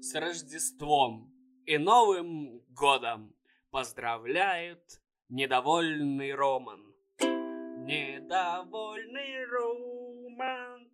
С Рождеством и Новым годом поздравляет недовольный Роман. Недовольный Роман.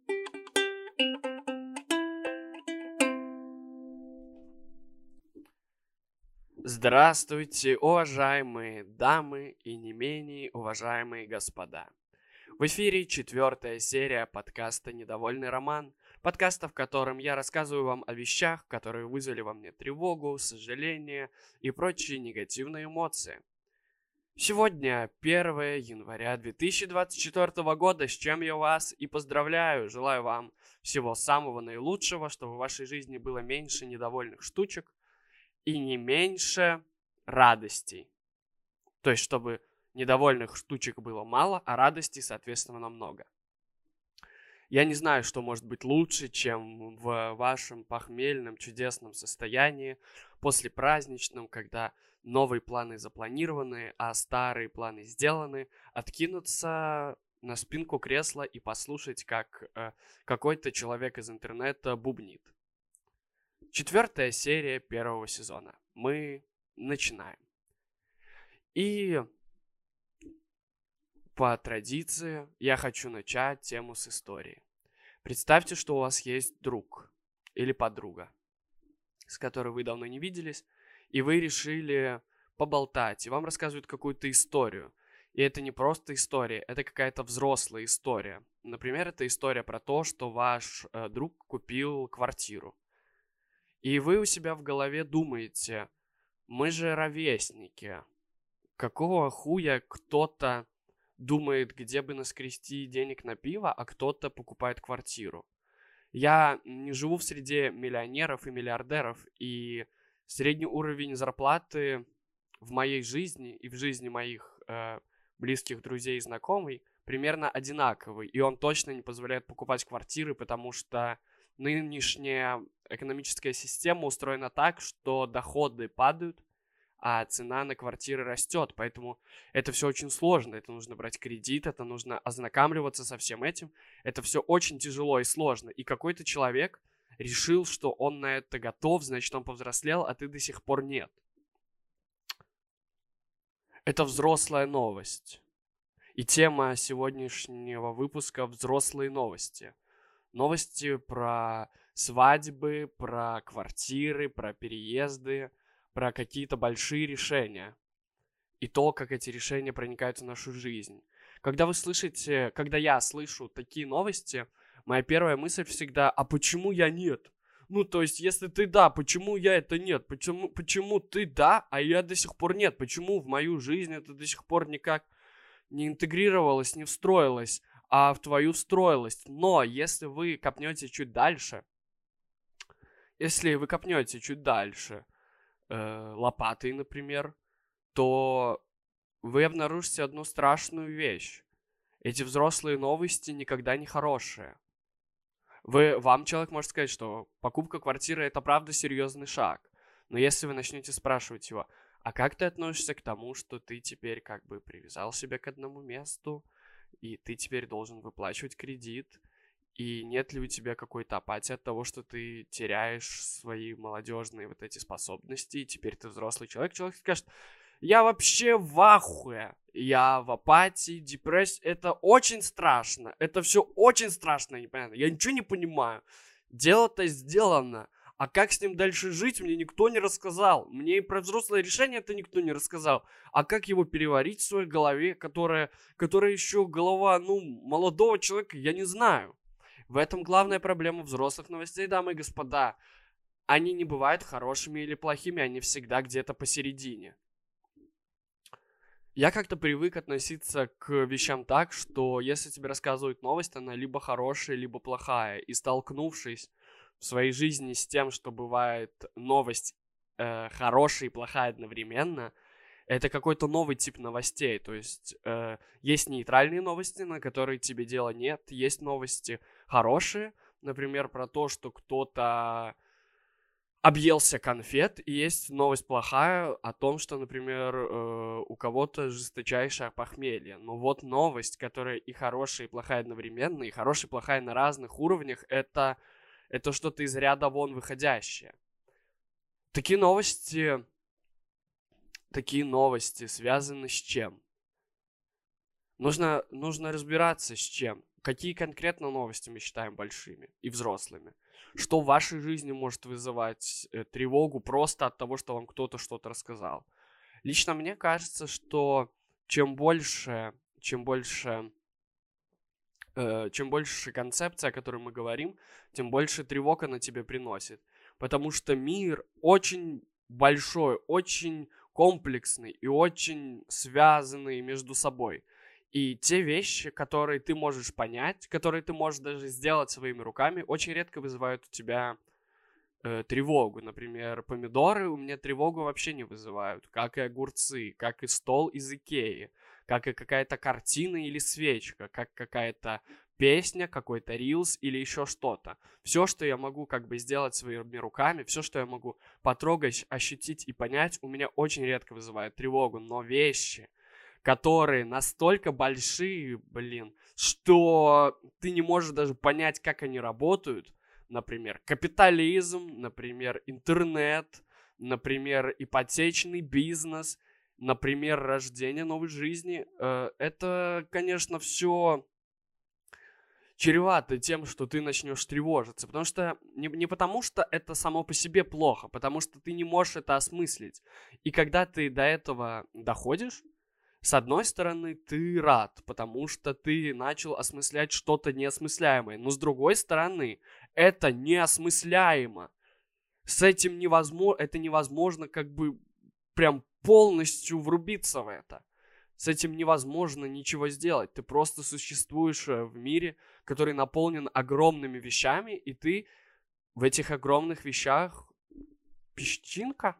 Здравствуйте, уважаемые дамы и не менее уважаемые господа. В эфире 4-я серия подкаста «Недовольный Роман», подкаста, в котором я рассказываю вам о вещах, которые вызвали во мне тревогу, сожаление и прочие негативные эмоции. Сегодня 1 января 2024 года, с чем я вас и поздравляю. Желаю вам всего самого наилучшего, чтобы в вашей жизни было меньше недовольных штучек и не меньше радостей. То есть, чтобы недовольных штучек было мало, а радостей, соответственно, много. Я не знаю, что может быть лучше, чем в вашем похмельном, чудесном состоянии, послепраздничном, когда новые планы запланированы, а старые планы сделаны, откинуться на спинку кресла и послушать, как какой-то человек из интернета бубнит. 4-я серия 1-го сезона. Мы начинаем. И по традиции я хочу начать тему с истории. Представьте, что у вас есть друг или подруга, с которой вы давно не виделись, и вы решили поболтать, и вам рассказывают какую-то историю. И это не просто история, это какая-то взрослая история. Например, это история про то, что ваш друг купил квартиру. И вы у себя в голове думаете: мы же ровесники. Какого хуя кто-то думает, где бы наскрести денег на пиво, а кто-то покупает квартиру? Я не живу в среде миллионеров и миллиардеров, и средний уровень зарплаты в моей жизни и в жизни моих близких друзей и знакомых примерно одинаковый, и он точно не позволяет покупать квартиры, потому что нынешняя экономическая система устроена так, что доходы падают, а цена на квартиры растет, поэтому это все очень сложно, это нужно брать кредит, это нужно ознакомливаться со всем этим, это все очень тяжело и сложно, и какой-то человек решил, что он на это готов, значит, он повзрослел, а ты до сих пор нет. Это взрослая новость, и тема сегодняшнего выпуска — взрослые новости. Новости про свадьбы, про квартиры, про переезды, про какие-то большие решения и то, как эти решения проникают в нашу жизнь. Когда я слышу такие новости, моя первая мысль всегда: а почему я нет? Ну, то есть, если ты да, почему я это нет? Почему ты да, а я до сих пор нет? Почему в мою жизнь это до сих пор никак не интегрировалось, не встроилось, а в твою встроилось? Но если вы копнете чуть дальше, лопатой, например, то вы обнаружите одну страшную вещь. Эти взрослые новости никогда не хорошие. Вам человек может сказать, что покупка квартиры — это правда серьезный шаг. Но если вы начнете спрашивать его: а как ты относишься к тому, что ты теперь как бы привязал себя к одному месту, и ты теперь должен выплачивать кредит, и нет ли у тебя какой-то апатии от того, что ты теряешь свои молодежные вот эти способности, и теперь ты взрослый человек скажет: я вообще в ахуе, я в апатии, депрессии, это очень страшно, это все очень страшно и непонятно, я ничего не понимаю, дело-то сделано, а как с ним дальше жить, мне никто не рассказал, мне и про взрослое решение это никто не рассказал, а как его переварить в своей голове, которая еще голова, молодого человека, я не знаю. В этом главная проблема взрослых новостей, дамы и господа. Они не бывают хорошими или плохими, они всегда где-то посередине. Я как-то привык относиться к вещам так, что если тебе рассказывают новость, она либо хорошая, либо плохая. И столкнувшись в своей жизни с тем, что бывает новость хорошая и плохая одновременно, это какой-то новый тип новостей. То есть есть нейтральные новости, на которые тебе дела нет. Есть новости хорошие, например, про то, что кто-то объелся конфет. И есть новость плохая о том, что, например, у кого-то жесточайшее похмелье. Но вот новость, которая и хорошая, и плохая одновременно, и хорошая, и плохая на разных уровнях, это что-то из ряда вон выходящее. Такие новости, такие новости связаны с чем? Нужно разбираться с чем. Какие конкретно новости мы считаем большими и взрослыми. Что в вашей жизни может вызывать тревогу просто от того, что вам кто-то что-то рассказал. Лично мне кажется, что чем больше, чем больше, чем больше концепция, о которой мы говорим, тем больше тревог она тебе приносит. Потому что мир очень большой, очень комплексный и очень связанный между собой. И те вещи, которые ты можешь понять, которые ты можешь даже сделать своими руками, очень редко вызывают у тебя тревогу. Например, помидоры у меня тревогу вообще не вызывают, как и огурцы, как и стол из Икеи, как и какая-то картина или свечка, как какая-то песня, какой-то рилс или еще что-то. Все, что я могу как бы сделать своими руками, все, что я могу потрогать, ощутить и понять, у меня очень редко вызывает тревогу. Но вещи, которые настолько большие, что ты не можешь даже понять, как они работают. Например, капитализм, например, интернет, например, ипотечный бизнес, например, рождение новой жизни. Это, конечно, все чревато тем, что ты начнешь тревожиться. Потому что не потому, что это само по себе плохо, потому что ты не можешь это осмыслить. И когда ты до этого доходишь, с одной стороны, ты рад, потому что ты начал осмыслять что-то неосмысляемое. Но с другой стороны, это неосмысляемо. С этим невозможно, это невозможно как бы прям полностью врубиться в это. С этим невозможно ничего сделать. Ты просто существуешь в мире, который наполнен огромными вещами, и ты в этих огромных вещах песчинка.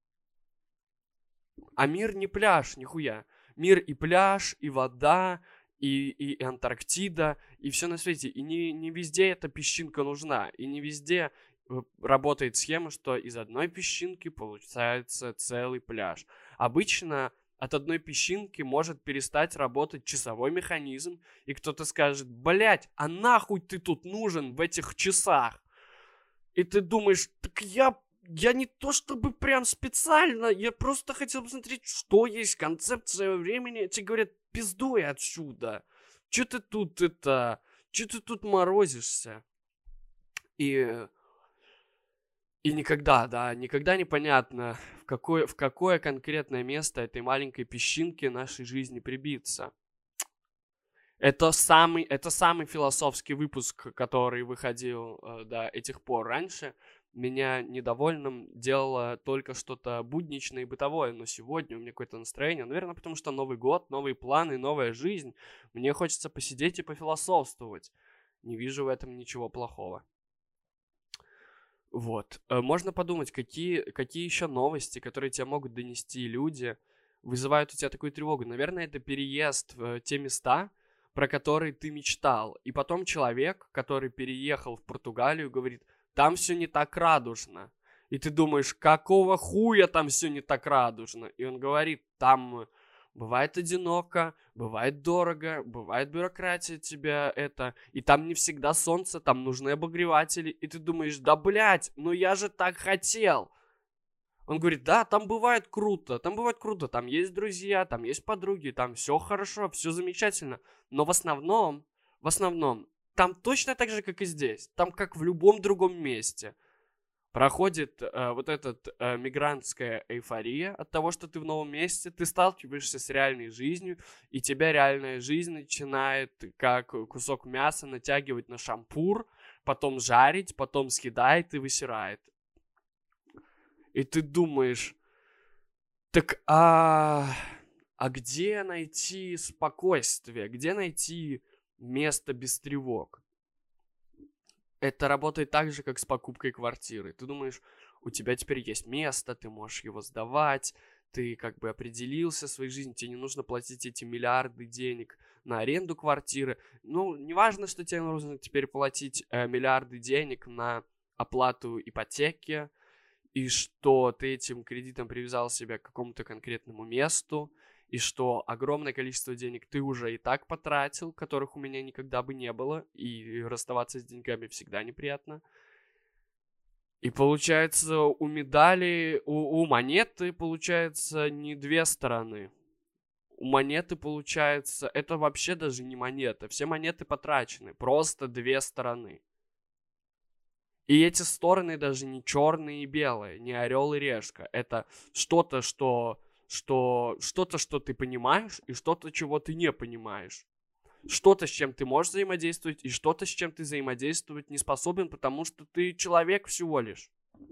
А мир не пляж, нихуя. Мир и пляж, и вода, и Антарктида, и все на свете. И не везде эта песчинка нужна. И не везде работает схема, что из одной песчинки получается целый пляж. Обычно от одной песчинки может перестать работать часовой механизм, и кто-то скажет: блять, а нахуй ты тут нужен в этих часах? И ты думаешь: так я не то чтобы прям специально, я просто хотел посмотреть, что есть концепция времени. Тебе говорят: пиздуй отсюда. Че ты тут морозишься? И, и никогда непонятно, в какое конкретное место этой маленькой песчинки нашей жизни прибиться. Это самый философский выпуск, который выходил до этих пор раньше. Меня недовольным делало только что-то будничное и бытовое, но сегодня у меня какое-то настроение. Наверное, потому что Новый год, новые планы, новая жизнь. Мне хочется посидеть и пофилософствовать. Не вижу в этом ничего плохого. Вот. Можно подумать, какие еще новости, которые тебе могут донести люди, вызывают у тебя такую тревогу. Наверное, это переезд в те места, про которые ты мечтал. И потом человек, который переехал в Португалию, говорит: там все не так радужно. И ты думаешь: какого хуя там все не так радужно? И он говорит: там бывает одиноко, бывает дорого, бывает бюрократия тебя это, и там не всегда солнце, там нужны обогреватели. И ты думаешь: да блять, ну я же так хотел. Он говорит: да, там бывает круто, там есть друзья, там есть подруги, там все хорошо, все замечательно. Но в основном, там точно так же, как и здесь, там как в любом другом месте. Проходит вот эта мигрантская эйфория от того, что ты в новом месте, ты сталкиваешься с реальной жизнью, и тебя реальная жизнь начинает как кусок мяса натягивать на шампур, потом жарить, потом съедает и высирает. И ты думаешь: так где найти спокойствие? Где найти место без тревог? Это работает так же, как с покупкой квартиры. Ты думаешь, у тебя теперь есть место, ты можешь его сдавать, ты как бы определился в своей жизни, тебе не нужно платить эти миллиарды денег на аренду квартиры. Ну, не важно, что тебе нужно теперь платить миллиарды денег на оплату ипотеки, и что ты этим кредитом привязал себя к какому-то конкретному месту, и что огромное количество денег ты уже и так потратил, которых у меня никогда бы не было, и расставаться с деньгами всегда неприятно. И получается, у медали, у монеты, получается, не две стороны. У монеты, получается, это вообще даже не монета. Все монеты потрачены, просто две стороны. И эти стороны даже не черные и белые, не орел и решка. Это что-то, что ты понимаешь, и что-то, чего ты не понимаешь. Что-то, с чем ты можешь взаимодействовать, и что-то, с чем ты взаимодействовать не способен, потому что ты человек всего лишь.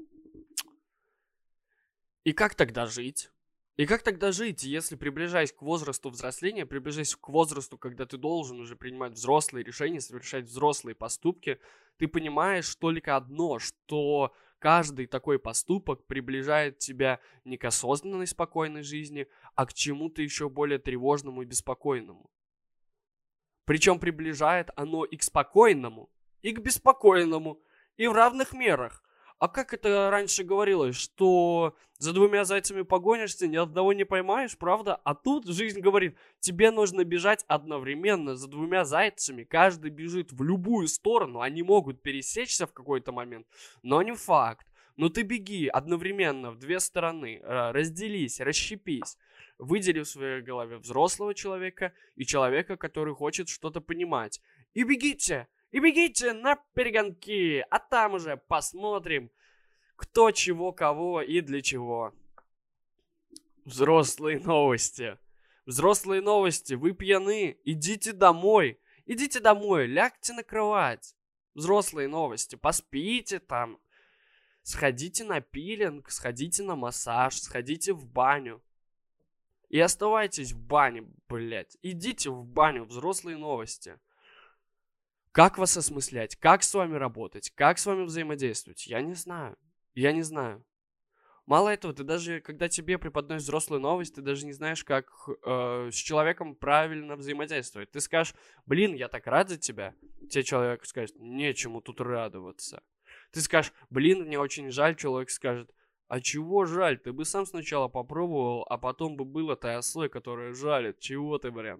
И как тогда жить? И как тогда жить, если, приближаясь к возрасту взросления, приближаясь к возрасту, когда ты должен уже принимать взрослые решения, совершать взрослые поступки, ты понимаешь только одно, что каждый такой поступок приближает тебя не к осознанной спокойной жизни, а к чему-то еще более тревожному и беспокойному. Причем приближает оно и к спокойному, и к беспокойному, и в равных мерах. А как это раньше говорилось, что за двумя зайцами погонишься, ни одного не поймаешь, правда? А тут жизнь говорит, тебе нужно бежать одновременно за двумя зайцами. Каждый бежит в любую сторону, они могут пересечься в какой-то момент, но не факт. Но ты беги одновременно в две стороны, разделись, расщепись. Выдели в своей голове взрослого человека и человека, который хочет что-то понимать. И бегите на перегонки, а там уже посмотрим, кто чего, кого и для чего. Взрослые новости. Взрослые новости, вы пьяны, идите домой. Идите домой, лягте на кровать. Взрослые новости, поспите там. Сходите на пилинг, сходите на массаж, сходите в баню. И оставайтесь в бане, блядь. Идите в баню, взрослые новости. Как вас осмыслять? Как с вами работать? Как с вами взаимодействовать? Я не знаю. Я не знаю. Мало этого, ты даже, когда тебе преподносят взрослую новость, ты даже не знаешь, как с человеком правильно взаимодействовать. Ты скажешь, блин, я так рад за тебя. Тебе человек скажет, нечему тут радоваться. Ты скажешь, блин, мне очень жаль. Человек скажет, а чего жаль? Ты бы сам сначала попробовал, а потом бы был этой осой, которая жалит. Чего ты, блин?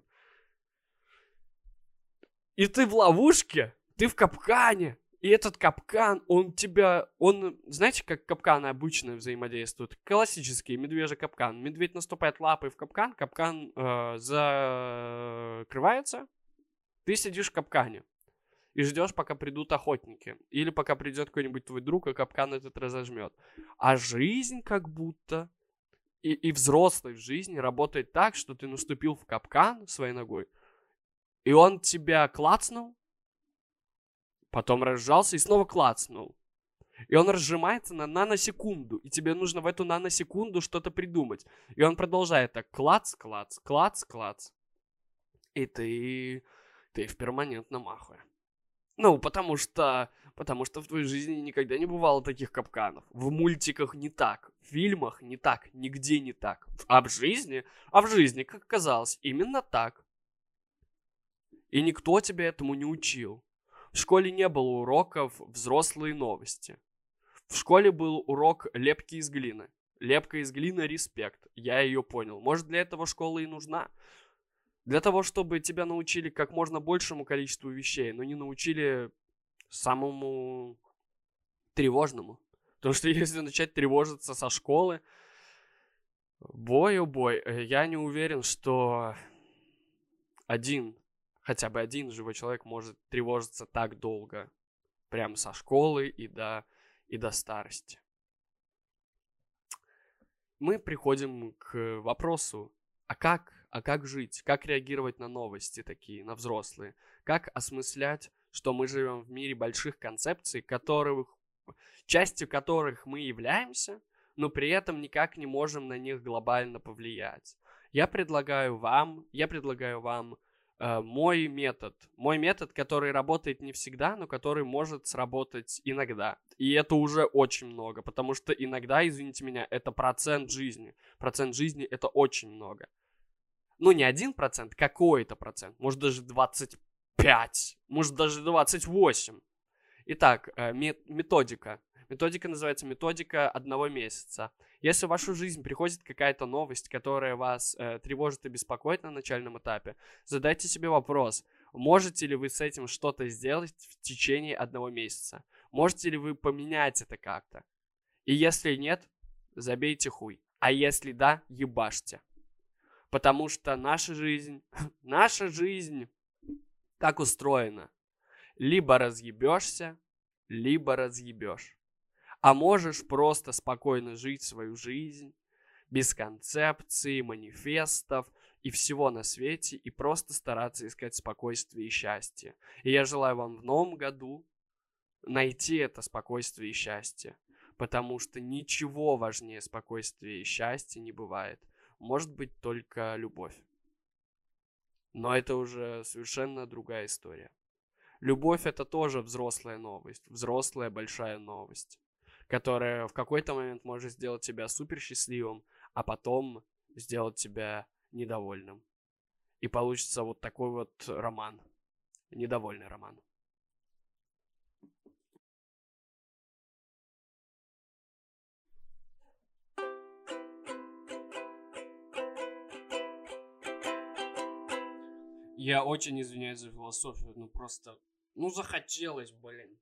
И ты в ловушке, ты в капкане. И этот капкан, знаете, как капканы обычно взаимодействуют? Классический медвежий капкан. Медведь наступает лапой в капкан, капкан закрывается, ты сидишь в капкане и ждешь, пока придут охотники. Или пока придет какой-нибудь твой друг, и капкан этот разожмет. А жизнь как будто, и взрослость в жизни работает так, что ты наступил в капкан своей ногой, и он тебя клацнул, потом разжался и снова клацнул. И он разжимается на наносекунду, и тебе нужно в эту наносекунду что-то придумать. И он продолжает так клац, клац, клац, клац. И ты в перманентном ахуе. Ну, потому что в твоей жизни никогда не бывало таких капканов. В мультиках не так, в фильмах не так, нигде не так. А в жизни, как оказалось, именно так. И никто тебя этому не учил. В школе не было уроков взрослые новости. В школе был урок лепки из глины. Лепка из глины, респект. Я ее понял. Может, для этого школа и нужна? Для того, чтобы тебя научили как можно большему количеству вещей, но не научили самому тревожному. Потому что если начать тревожиться со школы, бой, я не уверен, что хотя бы один живой человек может тревожиться так долго. Прямо со школы и до старости. Мы приходим к вопросу, а как жить? Как реагировать на новости такие, на взрослые? Как осмыслять, что мы живем в мире больших концепций, частью которых мы являемся, но при этом никак не можем на них глобально повлиять? Я предлагаю вам мой метод, который работает не всегда, но который может сработать иногда. И это уже очень много, потому что иногда, извините меня, это процент жизни. Процент жизни — это очень много. Ну, не 1%, какой-то процент. Может, даже 25, может, даже 28. Итак, методика. Методика называется методика 1 месяца. Если в вашу жизнь приходит какая-то новость, которая вас тревожит и беспокоит на начальном этапе, задайте себе вопрос, Можете ли вы с этим что-то сделать в течение 1 месяца? Можете ли вы поменять это как-то? И если нет, забейте хуй. А если да, ебашьте. Потому что наша жизнь как устроена? Либо разъебешься, либо разъебешь. А можешь просто спокойно жить свою жизнь, без концепций, манифестов и всего на свете, и просто стараться искать спокойствие и счастье. И я желаю вам в новом году найти это спокойствие и счастье, потому что ничего важнее спокойствия и счастья не бывает. Может быть только любовь. Но это уже совершенно другая история. Любовь — это тоже взрослая новость, взрослая большая новость, которая в какой-то момент может сделать тебя супер счастливым, а потом сделать тебя недовольным. И получится вот такой вот роман, недовольный роман. Я очень извиняюсь за философию, просто, захотелось, блин.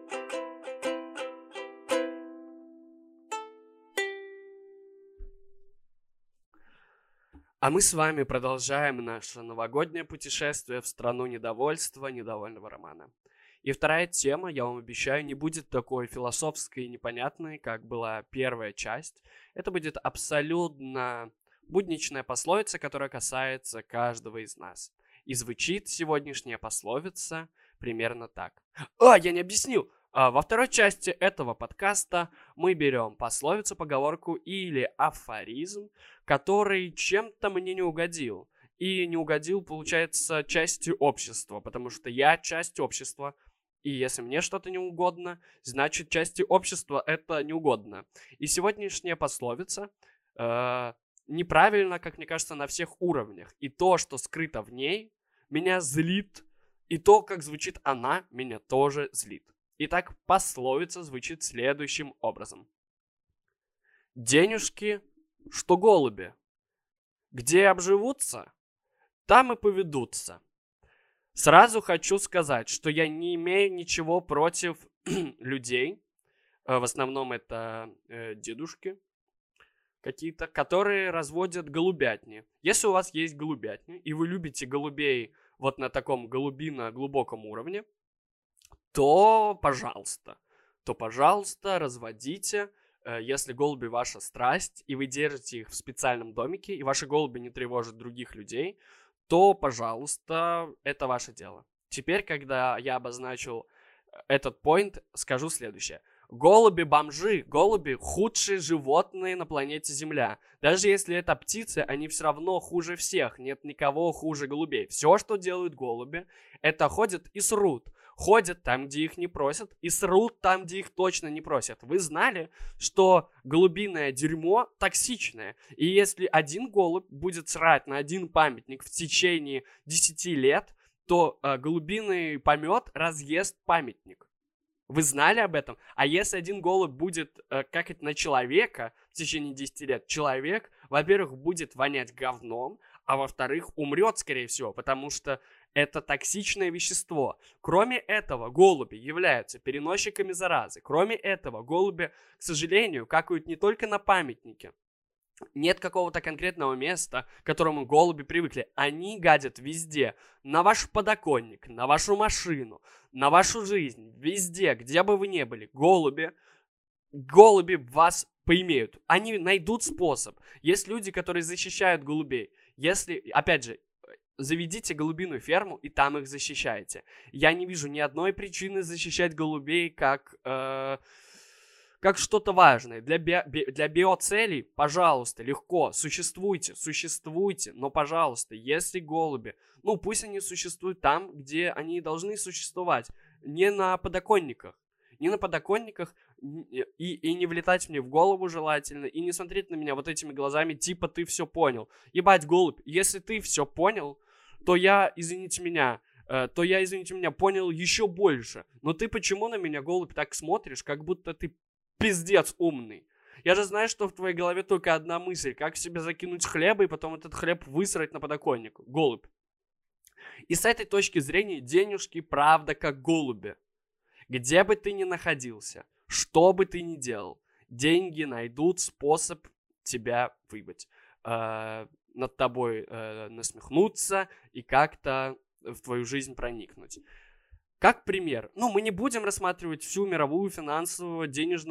А мы с вами продолжаем наше новогоднее путешествие в страну недовольства, недовольного романа. И вторая тема, я вам обещаю, не будет такой философской и непонятной, как была первая часть. Это будет абсолютно будничная пословица, которая касается каждого из нас. И звучит сегодняшняя пословица примерно так. Я не объяснил! Во второй части этого подкаста мы берем пословицу, поговорку или афоризм, который чем-то мне не угодил. И не угодил, получается, части общества, потому что я часть общества. И если мне что-то не угодно, значит, части общества это не угодно. И сегодняшняя пословица неправильно, как мне кажется, на всех уровнях. И то, что скрыто в ней, меня злит. И то, как звучит она, меня тоже злит. Итак, пословица звучит следующим образом. Денежки, что голуби. Где обживутся, там и поведутся. Сразу хочу сказать, что я не имею ничего против людей. В основном это дедушки какие-то, которые разводят голубятни. Если у вас есть голубятни, и вы любите голубей вот на таком голубино-глубоком уровне, то, пожалуйста, разводите. Если голуби ваша страсть, и вы держите их в специальном домике, и ваши голуби не тревожат других людей, то, пожалуйста, это ваше дело. Теперь, когда я обозначил этот поинт, скажу следующее. Голуби-бомжи, голуби — худшие животные на планете Земля. Даже если это птицы, они все равно хуже всех. Нет никого хуже голубей. Все, что делают голуби, это ходят и срут. Ходят там, где их не просят, и срут там, где их точно не просят. Вы знали, что голубиное дерьмо токсичное? И если один голубь будет срать на один памятник в течение 10 лет, то голубиный помет разъест памятник. Вы знали об этом? А если один голубь будет какать на человека в течение 10 лет, человек, во-первых, будет вонять говном, а во-вторых, умрет, скорее всего, потому что это токсичное вещество. Кроме этого, голуби являются переносчиками заразы. Кроме этого, голуби, к сожалению, какают не только на памятнике. Нет какого-то конкретного места, к которому голуби привыкли. Они гадят везде. На ваш подоконник, на вашу машину, на вашу жизнь. Везде, где бы вы ни были. Голуби вас поимеют. Они найдут способ. Есть люди, которые защищают голубей. Если, опять же, заведите голубиную ферму и там их защищаете. Я не вижу ни одной причины защищать голубей как что-то важное. Для биоцелей, пожалуйста, легко, существуйте, но, пожалуйста, если голуби, пусть они существуют там, где они должны существовать, не на подоконниках. И не влетать мне в голову желательно, и не смотреть на меня вот этими глазами, типа ты все понял. Ебать, голубь, если ты все понял, то я, извините меня, понял еще больше. Но ты почему на меня, голубь, так смотришь, как будто ты пиздец умный? Я же знаю, что в твоей голове только одна мысль, как себе закинуть хлеба и потом этот хлеб высрать на подоконник. Голубь. И с этой точки зрения денежки правда как голуби. Где бы ты ни находился, что бы ты ни делал, деньги найдут способ тебя выбить. Над тобой насмехнуться и как-то в твою жизнь проникнуть. Как пример, мы не будем рассматривать всю мировую финансовую,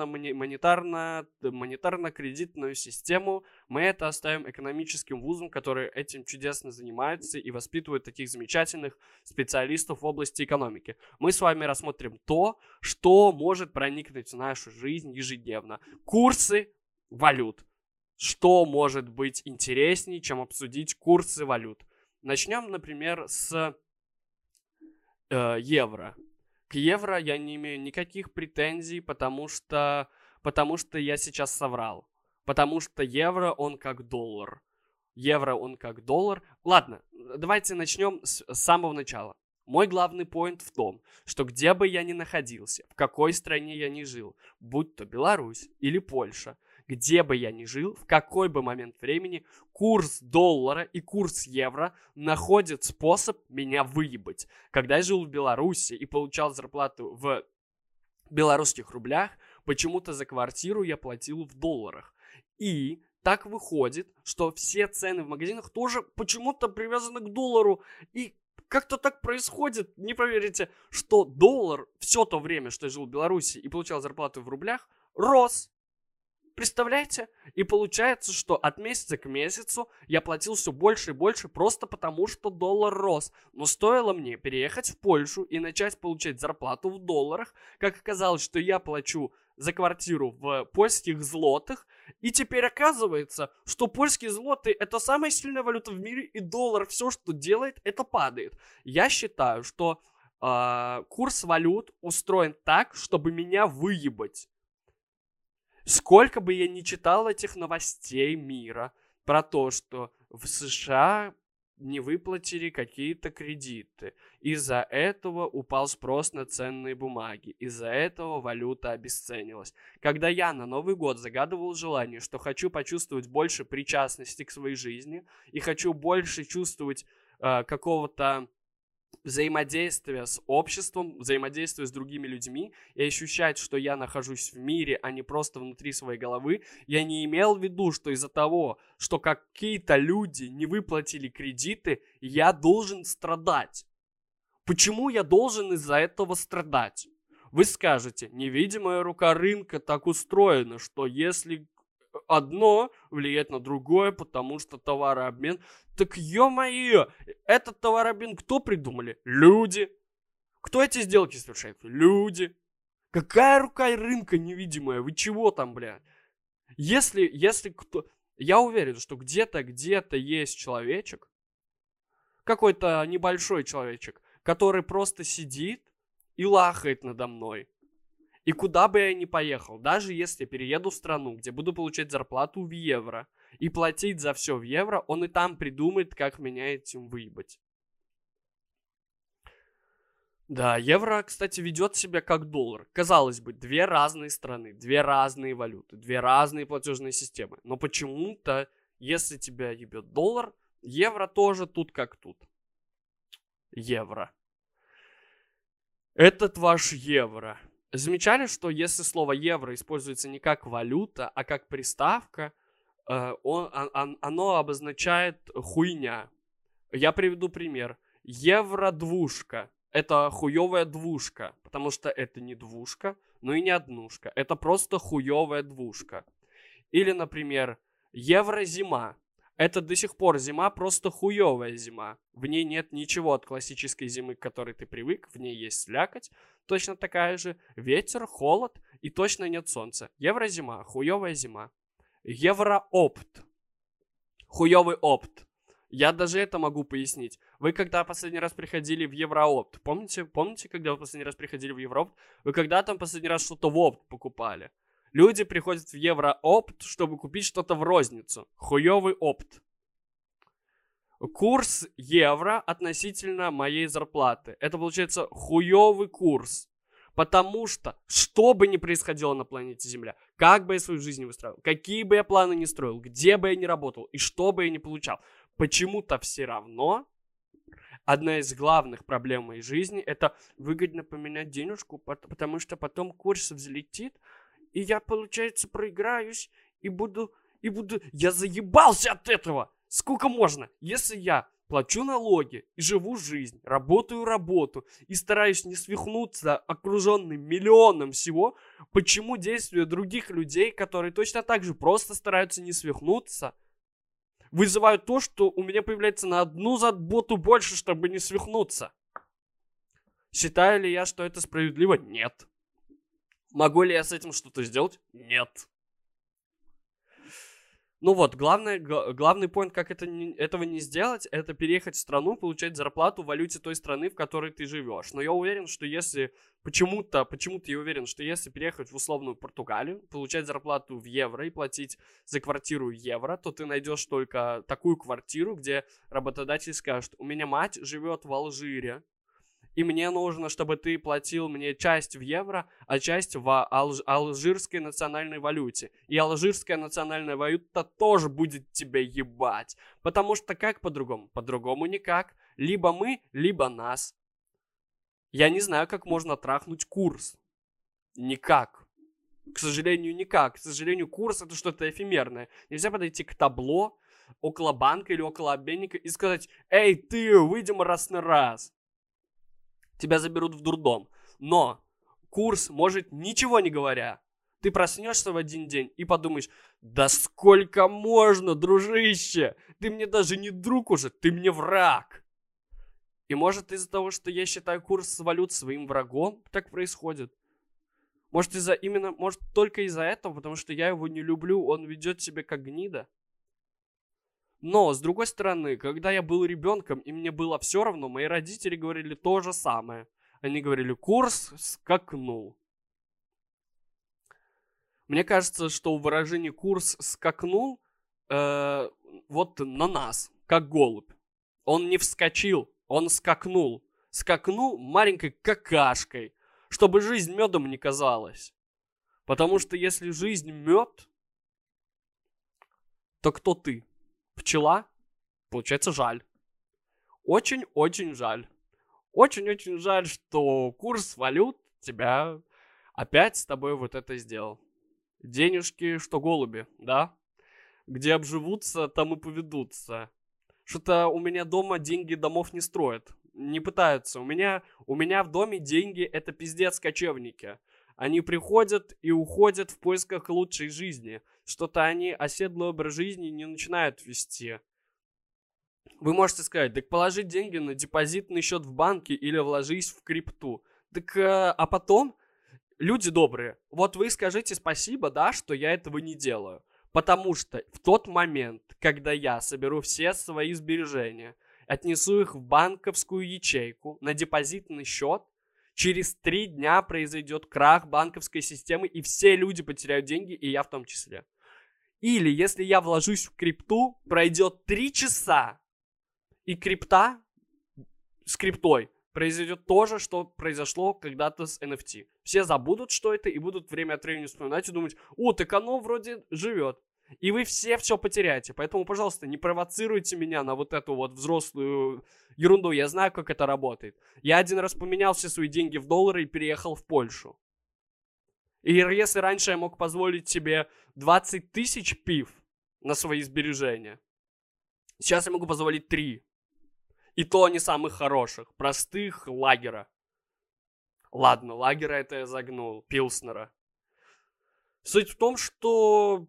монетарно-кредитную систему. Мы это оставим экономическим вузам, которые этим чудесно занимаются и воспитывают таких замечательных специалистов в области экономики. Мы с вами рассмотрим то, что может проникнуть в нашу жизнь ежедневно. Курсы валют. Что может быть интереснее, чем обсудить курсы валют? Начнем, например, с евро. К евро я не имею никаких претензий, потому что я сейчас соврал. Потому что евро, он как доллар. Евро, он как доллар. Ладно, давайте начнем с самого начала. Мой главный поинт в том, что где бы я ни находился, в какой стране я ни жил, будь то Беларусь или Польша, где бы я ни жил, в какой бы момент времени, курс доллара и курс евро находят способ меня выебать. Когда я жил в Беларуси и получал зарплату в белорусских рублях, почему-то за квартиру я платил в долларах. И так выходит, что все цены в магазинах тоже почему-то привязаны к доллару. И как-то так происходит, не поверите, что доллар все то время, что я жил в Беларуси и получал зарплату в рублях, рос. Представляете? И получается, что от месяца к месяцу я платил все больше и больше просто потому, что доллар рос. Но стоило мне переехать в Польшу и начать получать зарплату в долларах, как оказалось, что я плачу за квартиру в польских злотых, и теперь оказывается, что польские злоты — это самая сильная валюта в мире, и доллар все, что делает, это падает. Я считаю, что курс валют устроен так, чтобы меня выебать. Сколько бы я ни читал этих новостей мира про то, что в США не выплатили какие-то кредиты, из-за этого упал спрос на ценные бумаги, из-за этого валюта обесценилась. Когда я на Новый год загадывал желание, что хочу почувствовать больше причастности к своей жизни и хочу больше чувствовать какого-то взаимодействие с обществом, взаимодействие с другими людьми и ощущать, что я нахожусь в мире, а не просто внутри своей головы, я не имел в виду, что из-за того, что какие-то люди не выплатили кредиты, я должен страдать. Почему я должен из-за этого страдать? Вы скажете, невидимая рука рынка так устроена, что если одно влияет на другое, потому что товарообмен. Так ё-моё, этот товарообмен кто придумали? Люди. Кто эти сделки совершает? Люди. Какая рука рынка невидимая? Вы чего там, бля? Если кто... Я уверен, что где-то есть человечек, какой-то небольшой человечек, который просто сидит и лахает надо мной. И куда бы я ни поехал, даже если перееду в страну, где буду получать зарплату в евро и платить за все в евро, он и там придумает, как меня этим выебать. Да, евро, кстати, ведет себя как доллар. Казалось бы, две разные страны, две разные валюты, две разные платежные системы. Но почему-то, если тебя ебет доллар, евро тоже тут как тут. Евро. Этот ваш евро. Замечали, что если слово евро используется не как валюта, а как приставка, оно обозначает хуйня. Я приведу пример. Евро-двушка. Это хуевая двушка, потому что это не двушка, но и не однушка. Это просто хуевая двушка. Или, например, евро-зима. Это до сих пор зима, просто хуевая зима. В ней нет ничего от классической зимы, к которой ты привык. В ней есть слякоть, точно такая же. Ветер, холод и точно нет солнца. Еврозима, хуевая зима. Евроопт. Хуевый опт. Я даже это могу пояснить. Вы когда последний раз приходили в Евроопт? Помните, когда вы последний раз приходили в Евроопт? Вы когда там последний раз что-то в опт покупали? Люди приходят в Евроопт, чтобы купить что-то в розницу. Хуёвый опт. Курс евро относительно моей зарплаты. Это получается хуёвый курс. Потому что бы ни происходило на планете Земля, как бы я свою жизнь не выстраивал, какие бы я планы ни строил, где бы я ни работал и что бы я ни получал, почему-то все равно одна из главных проблем моей жизни — это выгодно поменять денежку, потому что потом курс взлетит, и я, получается, проиграюсь, и буду... Я заебался от этого! Сколько можно? Если я плачу налоги и живу жизнь, работаю работу и стараюсь не свихнуться, окруженный миллионом всего, почему действия других людей, которые точно так же просто стараются не свихнуться, вызывают то, что у меня появляется на одну заботу больше, чтобы не свихнуться? Считаю ли я, что это справедливо? Нет. Могу ли я с этим что-то сделать? Нет. Ну вот, главный point, как этого не сделать, это переехать в страну, получать зарплату в валюте той страны, в которой ты живешь. Но я уверен, что если почему-то я уверен, что если переехать в условную Португалию, получать зарплату в евро и платить за квартиру евро, то ты найдешь только такую квартиру, где работодатель скажет: у меня мать живет в Алжире, и мне нужно, чтобы ты платил мне часть в евро, а часть в алжирской национальной валюте. И алжирская национальная валюта тоже будет тебя ебать. Потому что как по-другому? По-другому никак. Либо мы, либо нас. Я не знаю, как можно трахнуть курс. Никак. К сожалению, никак. К сожалению, курс — это что-то эфемерное. Нельзя подойти к табло около банка или около обменника и сказать: эй, ты, выйдем раз на раз. Тебя заберут в дурдом. Но курс может, ничего не говоря. Ты проснешься в один день и подумаешь: да сколько можно, дружище? Ты мне даже не друг уже, ты мне враг. И может из-за того, что я считаю курс валют своим врагом, так происходит. Может только из-за этого, потому что я его не люблю, он ведет себя как гнида. Но, с другой стороны, когда я был ребенком и мне было все равно, мои родители говорили то же самое. Они говорили: курс скакнул. Мне кажется, что выражение «курс скакнул» вот на нас, как голубь. Он не вскочил, он скакнул. Скакнул маленькой какашкой, чтобы жизнь медом не казалась. Потому что если жизнь мед, то кто ты? Пчела? Получается, жаль. Очень-очень жаль. Очень-очень жаль, что курс валют тебя опять с тобой вот это сделал. Денежки, что голуби, да? Где обживутся, там и поведутся. Что-то у меня дома деньги домов не строят. Не пытаются. У меня в доме деньги — это пиздец кочевники. Они приходят и уходят в поисках лучшей жизни. Что-то они оседлый образ жизни не начинают вести. Вы можете сказать: так положи деньги на депозитный счет в банке или вложись в крипту. Так, а потом, люди добрые, вот вы скажите спасибо, да, что я этого не делаю. Потому что в тот момент, когда я соберу все свои сбережения, отнесу их в банковскую ячейку на депозитный счет, через 3 дня произойдет крах банковской системы, и все люди потеряют деньги, и я в том числе. Или, если я вложусь в крипту, пройдет 3 часа, и с криптой произойдет то же, что произошло когда-то с NFT. Все забудут, что это, и будут время от времени вспоминать и думать: о, так оно вроде живет. И вы все потеряете. Поэтому, пожалуйста, не провоцируйте меня на вот эту вот взрослую ерунду. Я знаю, как это работает. Я один раз поменял все свои деньги в доллары и переехал в Польшу. И если раньше я мог позволить себе 20 тысяч пив на свои сбережения, сейчас я могу позволить 3. И то не самых хороших, простых лагера. Ладно, лагера это я загнул, пилснера. Суть в том, что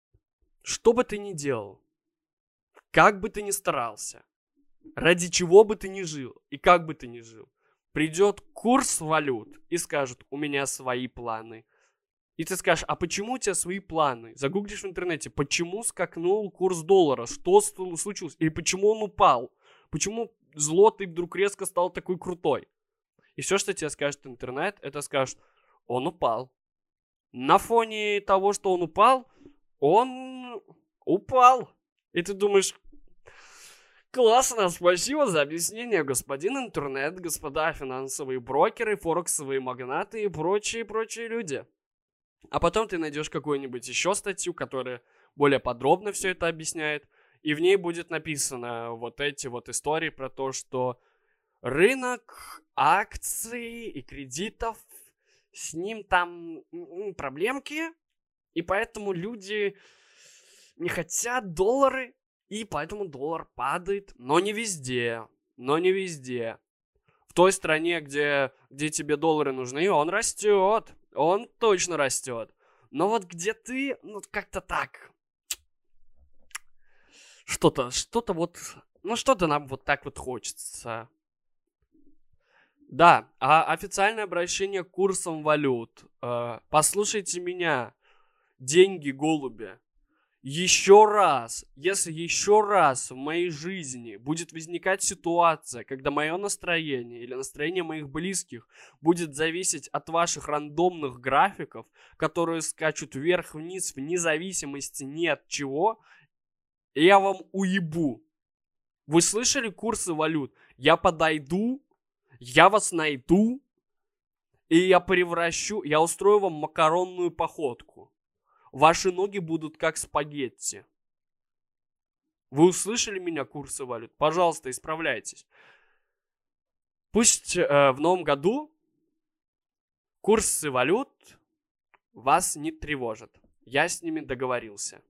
бы ты ни делал, как бы ты ни старался, ради чего бы ты ни жил и как бы ты ни жил, придет курс валют и скажет: у меня свои планы. И ты скажешь: а почему у тебя свои планы? Загуглишь в интернете: почему скакнул курс доллара, что случилось, или почему он упал, почему злотый вдруг резко стал такой крутой. И все, что тебе скажет интернет, это скажет: он упал. На фоне того, что он упал, он упал. И ты думаешь: классно, спасибо за объяснение, господин интернет, господа финансовые брокеры, форексовые магнаты и прочие люди. А потом ты найдешь какую-нибудь еще статью, которая более подробно все это объясняет, и в ней будет написано вот эти вот истории про то, что рынок акций и кредитов, с ним там проблемки, и поэтому люди не хотят доллары, и поэтому доллар падает, но не везде, В той стране, где тебе доллары нужны, он растет, он точно растет. Но вот где ты, как-то так. Что-то вот, что-то нам вот так вот хочется. Да, официальное обращение к курсам валют. Послушайте меня, деньги голуби. Если еще раз в моей жизни будет возникать ситуация, когда мое настроение или настроение моих близких будет зависеть от ваших рандомных графиков, которые скачут вверх-вниз вне зависимости ни от чего, я вам уебу. Вы слышали курсы валют? Я подойду, я вас найду, и я устрою вам макаронную походку. Ваши ноги будут как спагетти. Вы услышали меня, курсы валют? Пожалуйста, исправляйтесь. Пусть в новом году курсы валют вас не тревожат. Я с ними договорился.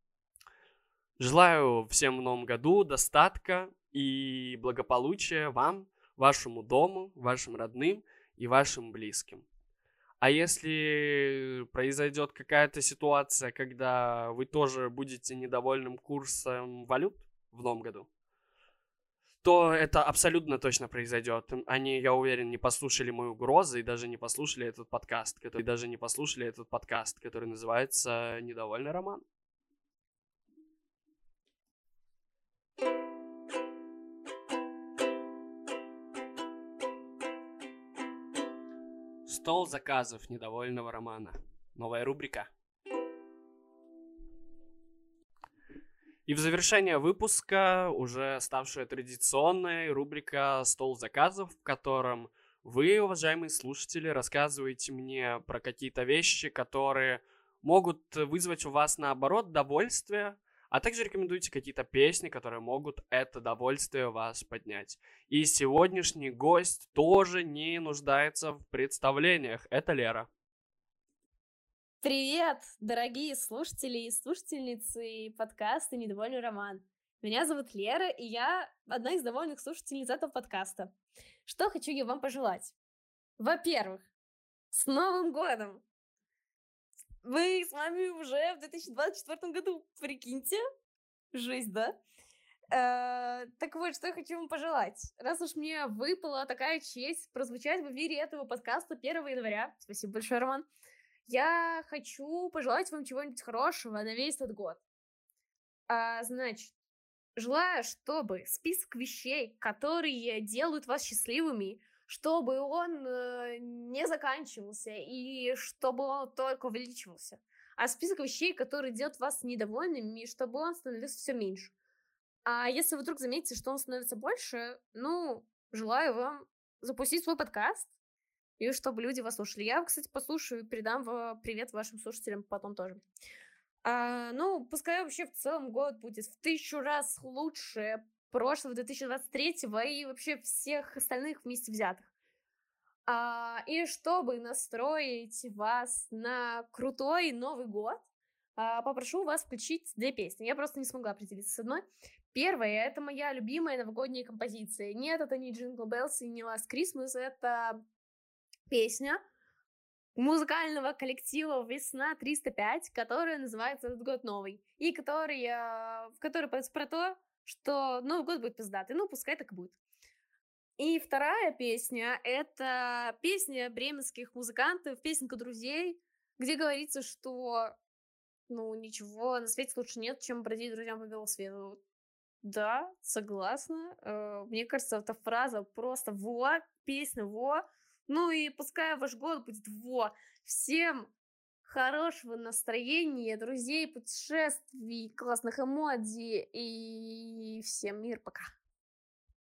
Желаю всем в новом году достатка и благополучия вам, вашему дому, вашим родным и вашим близким. А если произойдет какая-то ситуация, когда вы тоже будете недовольным курсом валют в новом году, то это абсолютно точно произойдет. Они, я уверен, не послушали мои угрозы и даже не послушали этот подкаст, который называется «Недовольный роман». Стол заказов недовольного романа. Новая рубрика. И в завершение выпуска уже ставшая традиционной рубрика «Стол заказов», в котором вы, уважаемые слушатели, рассказываете мне про какие-то вещи, которые могут вызвать у вас, наоборот, довольствие, а также рекомендуйте какие-то песни, которые могут это довольствие у вас поднять. И сегодняшний гость тоже не нуждается в представлениях. Это Лера. Привет, дорогие слушатели и слушательницы подкаста «Недовольный роман». Меня зовут Лера, и я одна из довольных слушательниц этого подкаста. Что хочу я вам пожелать? Во-первых, с Новым годом! Мы с вами уже в 2024 году, прикиньте. Жизнь, да? Так вот, что я хочу вам пожелать. Раз уж мне выпала такая честь прозвучать в эфире этого подкаста 1 января, спасибо большое, Роман, я хочу пожелать вам чего-нибудь хорошего на весь этот год. Значит, желаю, чтобы список вещей, которые делают вас счастливыми, чтобы он не заканчивался и чтобы он только увеличивался. А список вещей, которые делают вас недовольными, чтобы он становился все меньше. А если вы вдруг заметите, что он становится больше, желаю вам запустить свой подкаст, и чтобы люди вас слушали. Я, кстати, послушаю и передам привет вашим слушателям потом тоже. Пускай вообще в целом год будет в 1000 раз лучше прошлого 2023-го и вообще всех остальных вместе взятых. И чтобы настроить вас на крутой Новый год, попрошу вас включить 2 песни. Я просто не смогла определиться с одной. Первая — это моя любимая новогодняя композиция. Нет, это не Jingle Bells и не Last Christmas, это песня музыкального коллектива «Весна 305», которая называется «Этот год новый», и в которой поется про то, что Новый год будет пиздатый. Пускай так и будет. И вторая песня — это песня бременских музыкантов, песенка друзей, где говорится, что ничего на свете лучше нет, чем бродить друзьям по белому свету. Да, согласна. Мне кажется, эта фраза просто песня и пускай ваш год будет Всем хорошего настроения, друзей, путешествий, классных эмодзи и всем мир, пока.